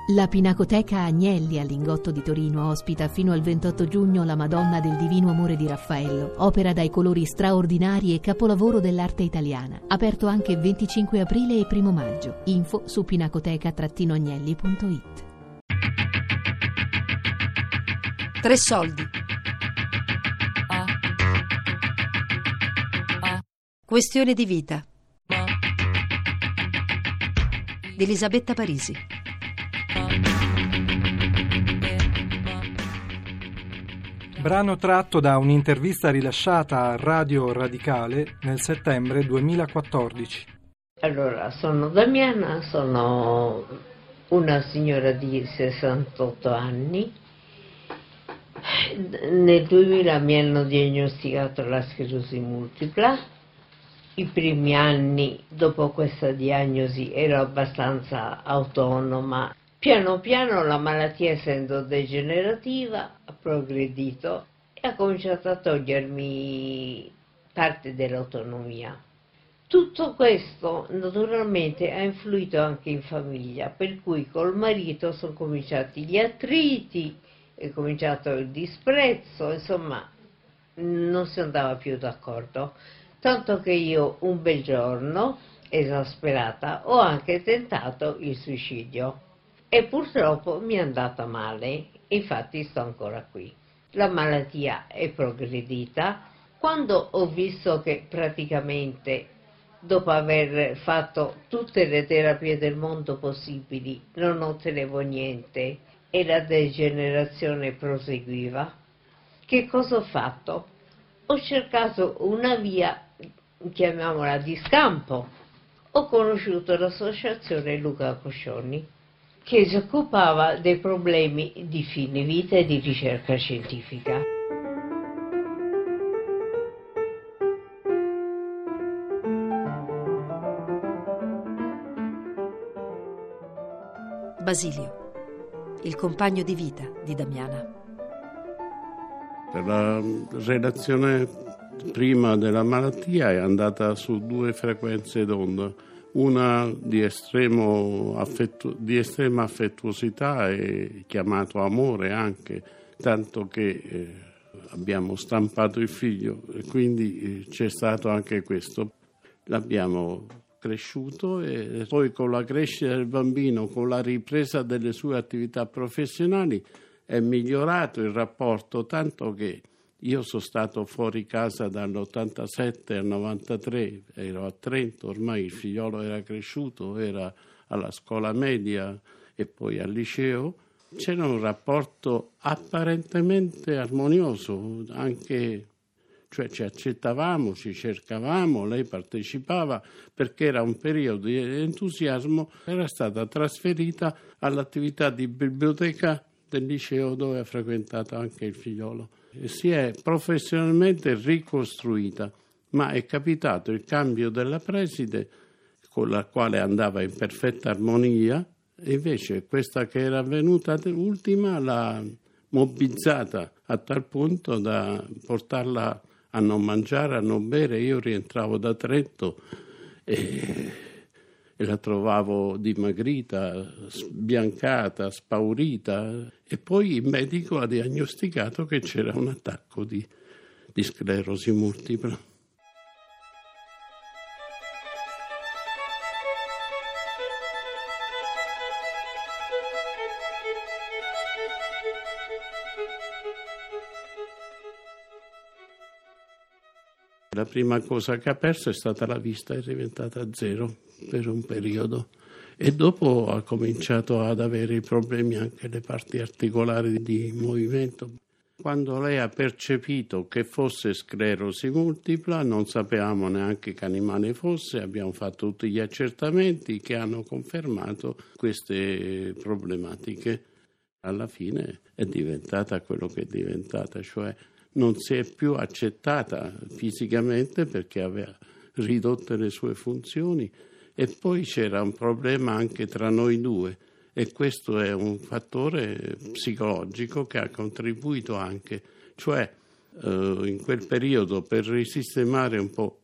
La Pinacoteca Agnelli a Lingotto di Torino ospita fino al 28 giugno la Madonna del Divino Amore di Raffaello, opera dai colori straordinari e capolavoro dell'arte italiana. Aperto anche 25 aprile e 1 maggio. Info su pinacoteca-agnelli.it. Tre soldi. Questione di vita di Elisabetta Parisi. Brano tratto da un'intervista rilasciata a Radio Radicale nel settembre 2014. Allora, sono Damiana, sono una signora di 68 anni. Nel 2000 mi hanno diagnosticato la sclerosi multipla. I primi anni dopo questa diagnosi ero abbastanza autonoma. Piano piano la malattia, essendo degenerativa, ha progredito e ha cominciato a togliermi parte dell'autonomia. Tutto questo naturalmente ha influito anche in famiglia, per cui col marito sono cominciati gli attriti, è cominciato il disprezzo, insomma non si andava più d'accordo. Tanto che io un bel giorno, esasperata, ho anche tentato il suicidio. E purtroppo mi è andata male, infatti sto ancora qui. La malattia è progredita. Quando ho visto che praticamente, dopo aver fatto tutte le terapie del mondo possibili, non ottenevo niente e la degenerazione proseguiva, che cosa ho fatto? Ho cercato una via, chiamiamola di scampo. Ho conosciuto l'associazione Luca Coscioni, che si occupava dei problemi di fine vita e di ricerca scientifica. Basilio, il compagno di vita di Damiana. La relazione prima della malattia è andata su 2 frequenze d'onda. Una di estrema affettuosità e chiamato amore anche, tanto che abbiamo stampato il figlio e quindi c'è stato anche questo. L'abbiamo cresciuto e poi con la crescita del bambino, con la ripresa delle sue attività professionali è migliorato il rapporto, tanto che io sono stato fuori casa dall'87 al 93, ero a Trento, ormai il figliolo era cresciuto, era alla scuola media e poi al liceo. C'era un rapporto apparentemente armonioso, anche, cioè ci accettavamo, ci cercavamo, lei partecipava perché era un periodo di entusiasmo, era stata trasferita all'attività di biblioteca del liceo dove ha frequentato anche il figliolo. Si è professionalmente ricostruita, ma è capitato il cambio della preside con la quale andava in perfetta armonia e invece questa che era venuta ultima l'ha mobbizzata a tal punto da portarla a non mangiare, a non bere. Io rientravo da Trento e la trovavo dimagrita, sbiancata, spaurita, e poi il medico ha diagnosticato che c'era un attacco di sclerosi multipla. La prima cosa che ha perso è stata la vista, è diventata 0 per un periodo e dopo ha cominciato ad avere i problemi anche le parti articolari di movimento. Quando lei ha percepito che fosse sclerosi multipla, non sapevamo neanche che animale fosse, abbiamo fatto tutti gli accertamenti che hanno confermato queste problematiche. Alla fine è diventata quello che è diventata, cioè non si è più accettata fisicamente perché aveva ridotte le sue funzioni e poi c'era un problema anche tra noi due e questo è un fattore psicologico che ha contribuito anche, cioè in quel periodo per risistemare un po'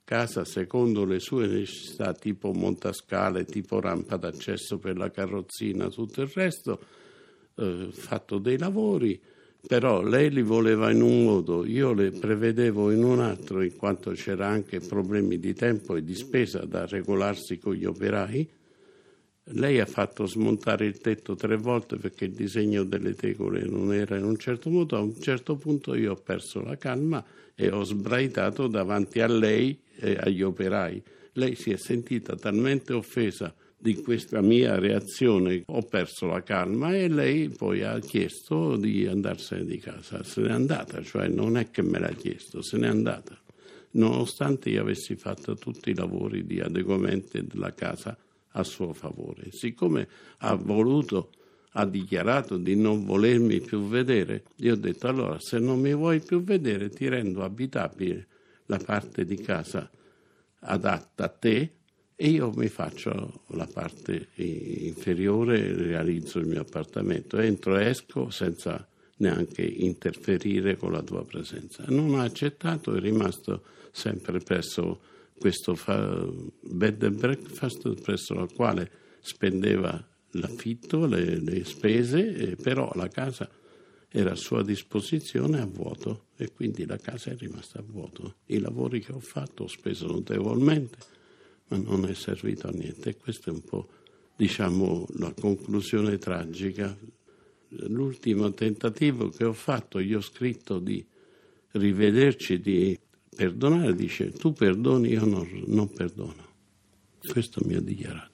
casa secondo le sue necessità, tipo montascale, tipo rampa d'accesso per la carrozzina, tutto il resto, fatto dei lavori, però lei li voleva in un modo, io le prevedevo in un altro, in quanto c'era anche problemi di tempo e di spesa da regolarsi con gli operai. Lei ha fatto smontare il tetto 3 volte perché il disegno delle tegole non era in un certo modo. A un certo punto io ho perso la calma e ho sbraitato davanti a lei e agli operai. Lei si è sentita talmente offesa di questa mia reazione, ho perso la calma e lei poi ha chiesto di andarsene di casa. Se n'è andata, cioè non è che me l'ha chiesto, se n'è andata, nonostante io avessi fatto tutti i lavori di adeguamento della casa a suo favore. Siccome ha dichiarato di non volermi più vedere, io ho detto: allora, se non mi vuoi più vedere, ti rendo abitabile la parte di casa adatta a te e io mi faccio la parte inferiore e realizzo il mio appartamento. Entro e esco senza neanche interferire con la tua presenza. Non ha accettato, è rimasto sempre presso questo bed and breakfast presso la quale spendeva l'affitto, le spese, però la casa era a sua disposizione a vuoto e quindi la casa è rimasta a vuoto. I lavori che ho fatto ho speso notevolmente, ma non è servito a niente. E questo è un po', diciamo, la conclusione tragica. L'ultimo tentativo che ho fatto, gli ho scritto di rivederci, di perdonare, dice: tu perdoni, io non perdono. Questo mi ha dichiarato.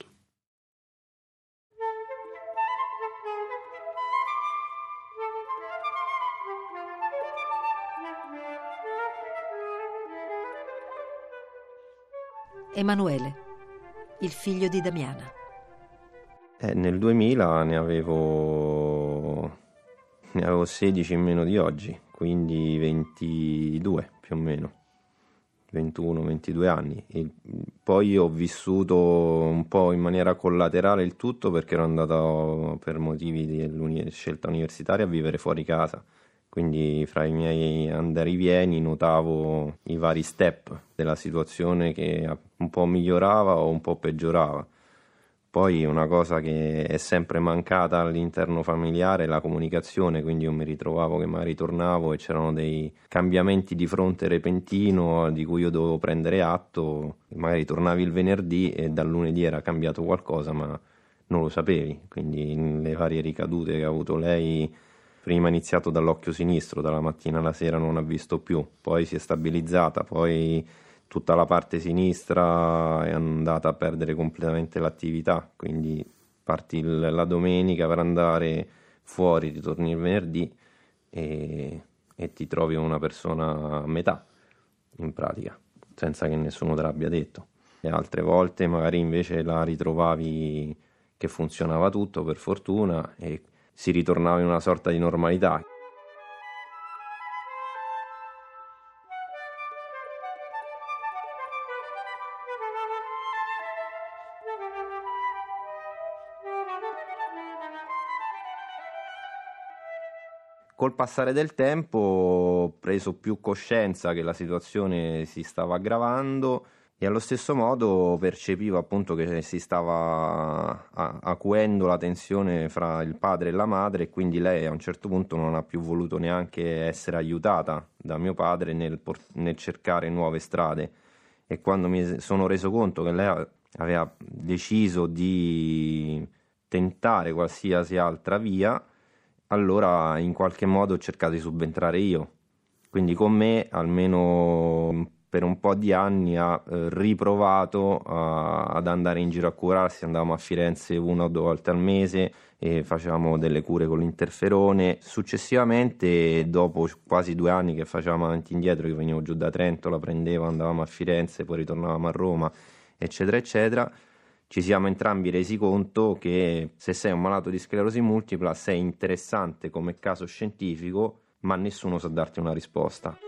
Emanuele, il figlio di Damiana. Nel 2000 ne avevo 16 in meno di oggi, quindi 22 più o meno, 21-22 anni. E poi ho vissuto un po' in maniera collaterale il tutto, perché ero andato per motivi di scelta universitaria a vivere fuori casa. Quindi fra i miei andari vieni notavo i vari step della situazione che un po' migliorava o un po' peggiorava. Poi una cosa che è sempre mancata all'interno familiare è la comunicazione, quindi io mi ritrovavo che magari tornavo e c'erano dei cambiamenti di fronte repentino di cui io dovevo prendere atto. Magari tornavi il venerdì e dal lunedì era cambiato qualcosa, ma non lo sapevi. Quindi le varie ricadute che ha avuto lei: prima iniziato dall'occhio sinistro, dalla mattina alla sera non ha visto più, poi si è stabilizzata, poi tutta la parte sinistra è andata a perdere completamente l'attività, quindi parti la domenica per andare fuori, ritorni il venerdì e ti trovi una persona a metà, in pratica, senza che nessuno te l'abbia detto. E altre volte magari invece la ritrovavi che funzionava tutto, per fortuna, e si ritornava in una sorta di normalità. Col passare del tempo ho preso più coscienza che la situazione si stava aggravando e allo stesso modo percepivo appunto che si stava acuendo la tensione fra il padre e la madre, e quindi lei a un certo punto non ha più voluto neanche essere aiutata da mio padre nel cercare nuove strade. E quando mi sono reso conto che lei aveva deciso di tentare qualsiasi altra via, allora in qualche modo ho cercato di subentrare io. Quindi con me, almeno per un po' di anni, ha riprovato ad andare in giro a curarsi. Andavamo a Firenze 1 o 2 volte al mese e facevamo delle cure con l'interferone. Successivamente, dopo quasi 2 anni che facevamo avanti e indietro, io venivo giù da Trento, la prendevo, andavamo a Firenze, poi ritornavamo a Roma, eccetera eccetera, ci siamo entrambi resi conto che se sei un malato di sclerosi multipla sei interessante come caso scientifico, ma nessuno sa darti una risposta.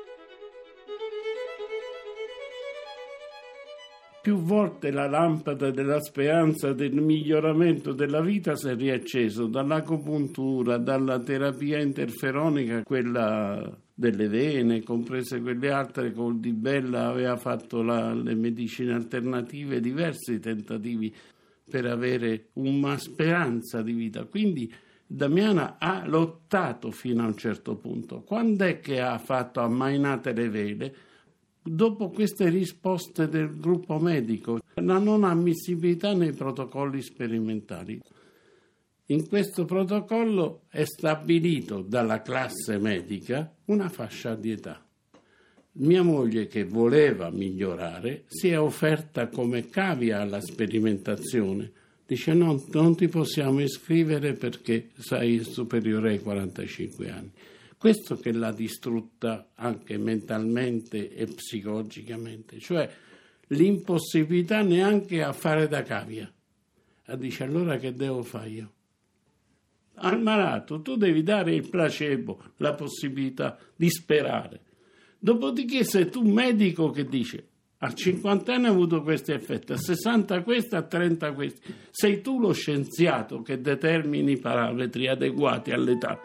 Più volte la lampada della speranza del miglioramento della vita si è riacceso, dall'acupuntura, dalla terapia interferonica, quella delle vene, comprese quelle altre. Col Di Bella aveva fatto le medicine alternative, diversi tentativi per avere una speranza di vita. Quindi Damiana ha lottato fino a un certo punto. Quando è che ha fatto ammainate le vele? Dopo queste risposte del gruppo medico, la non ammissibilità nei protocolli sperimentali. In questo protocollo è stabilito dalla classe medica una fascia di età. Mia moglie, che voleva migliorare, si è offerta come cavia alla sperimentazione. Dice: no, non ti possiamo iscrivere perché sei superiore ai 45 anni. Questo che l'ha distrutta anche mentalmente e psicologicamente, cioè l'impossibilità neanche a fare da cavia. Dice: allora che devo fare io? Al malato tu devi dare il placebo, la possibilità di sperare. Dopodiché sei tu medico che dice: a 50 anni ha avuto questi effetti, a 60 questi, a 30 questi. Sei tu lo scienziato che determini i parametri adeguati all'età.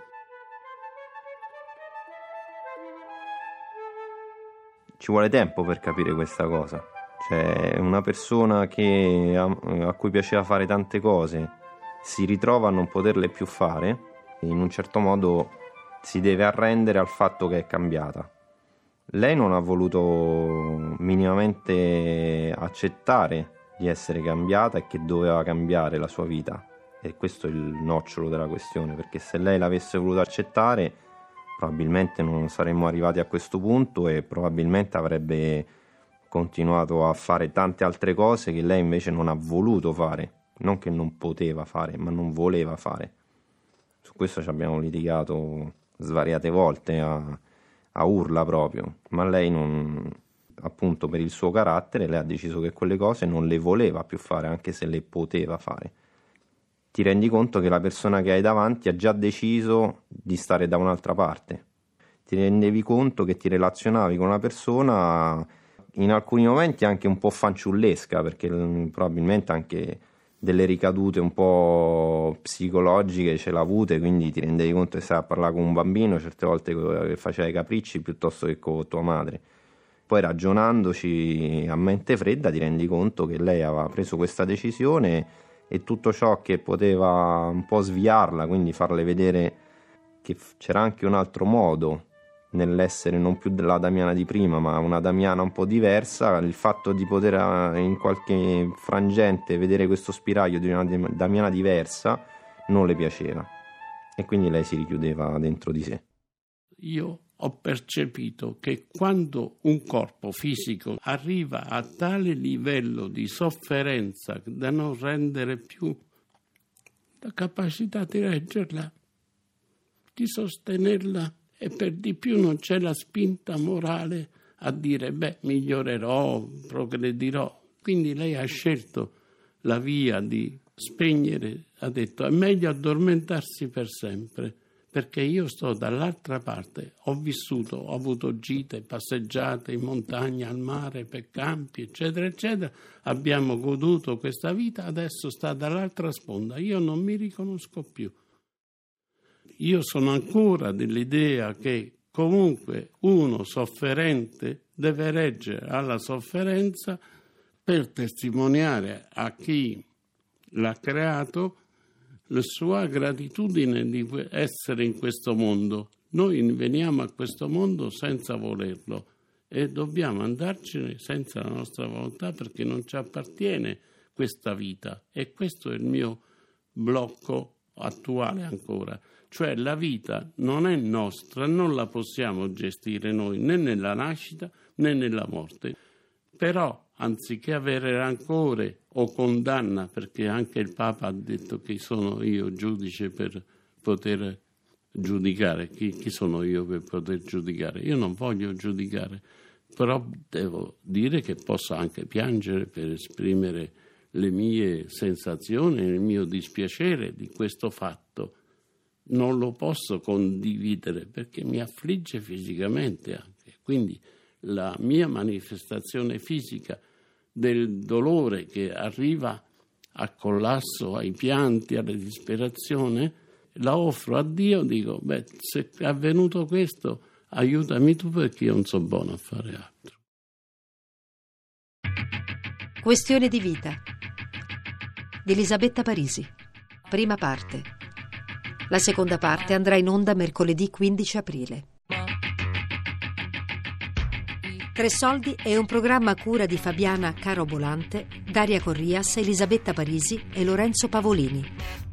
Ci vuole tempo per capire questa cosa. Cioè, una persona a cui piaceva fare tante cose si ritrova a non poterle più fare, e in un certo modo si deve arrendere al fatto che è cambiata. Lei non ha voluto minimamente accettare di essere cambiata e che doveva cambiare la sua vita, e questo è il nocciolo della questione, perché se lei l'avesse voluto accettare probabilmente non saremmo arrivati a questo punto e probabilmente avrebbe continuato a fare tante altre cose che lei invece non ha voluto fare, non che non poteva fare, ma non voleva fare. Su questo ci abbiamo litigato svariate volte a urla proprio, ma lei non, appunto per il suo carattere, lei ha deciso che quelle cose non le voleva più fare, anche se le poteva fare. Ti rendi conto che la persona che hai davanti ha già deciso di stare da un'altra parte. Ti rendevi conto che ti relazionavi con una persona in alcuni momenti anche un po' fanciullesca, perché probabilmente anche delle ricadute un po' psicologiche ce l'ha avute, quindi ti rendevi conto che stavi a parlare con un bambino certe volte che faceva i capricci piuttosto che con tua madre. Poi ragionandoci a mente fredda ti rendi conto che lei aveva preso questa decisione e tutto ciò che poteva un po' sviarla, quindi farle vedere che c'era anche un altro modo nell'essere non più la Damiana di prima, ma una Damiana un po' diversa, il fatto di poter in qualche frangente vedere questo spiraglio di una Damiana diversa non le piaceva, e quindi lei si richiudeva dentro di sé. Io ho percepito che quando un corpo fisico arriva a tale livello di sofferenza da non rendere più la capacità di reggerla, di sostenerla, e per di più non c'è la spinta morale a dire migliorerò, progredirò. Quindi lei ha scelto la via di spegnere, ha detto: è meglio addormentarsi per sempre, perché io sto dall'altra parte, ho vissuto, ho avuto gite, passeggiate in montagna, al mare, per campi, eccetera, eccetera, abbiamo goduto questa vita, adesso sta dall'altra sponda, io non mi riconosco più. Io sono ancora dell'idea che comunque uno sofferente deve reggere alla sofferenza per testimoniare a chi l'ha creato la sua gratitudine di essere in questo mondo. Noi veniamo a questo mondo senza volerlo e dobbiamo andarcene senza la nostra volontà, perché non ci appartiene questa vita, e questo è il mio blocco attuale ancora. Cioè la vita non è nostra, non la possiamo gestire noi né nella nascita né nella morte. Però anziché avere rancore o condanna, perché anche il Papa ha detto che sono io giudice per poter giudicare, chi sono io per poter giudicare? Io non voglio giudicare, però devo dire che posso anche piangere per esprimere le mie sensazioni, il mio dispiacere di questo fatto. Non lo posso condividere perché mi affligge fisicamente anche. Quindi la mia manifestazione fisica del dolore che arriva al collasso, ai pianti, alla disperazione, la offro a Dio, dico: se è avvenuto questo, aiutami tu perché io non so buono a fare altro. Questione di vita di Elisabetta Parisi. Prima parte. La seconda parte andrà in onda mercoledì 15 aprile. Tre Soldi è un programma a cura di Fabiana Carobolante, Daria Corrias, Elisabetta Parisi e Lorenzo Pavolini.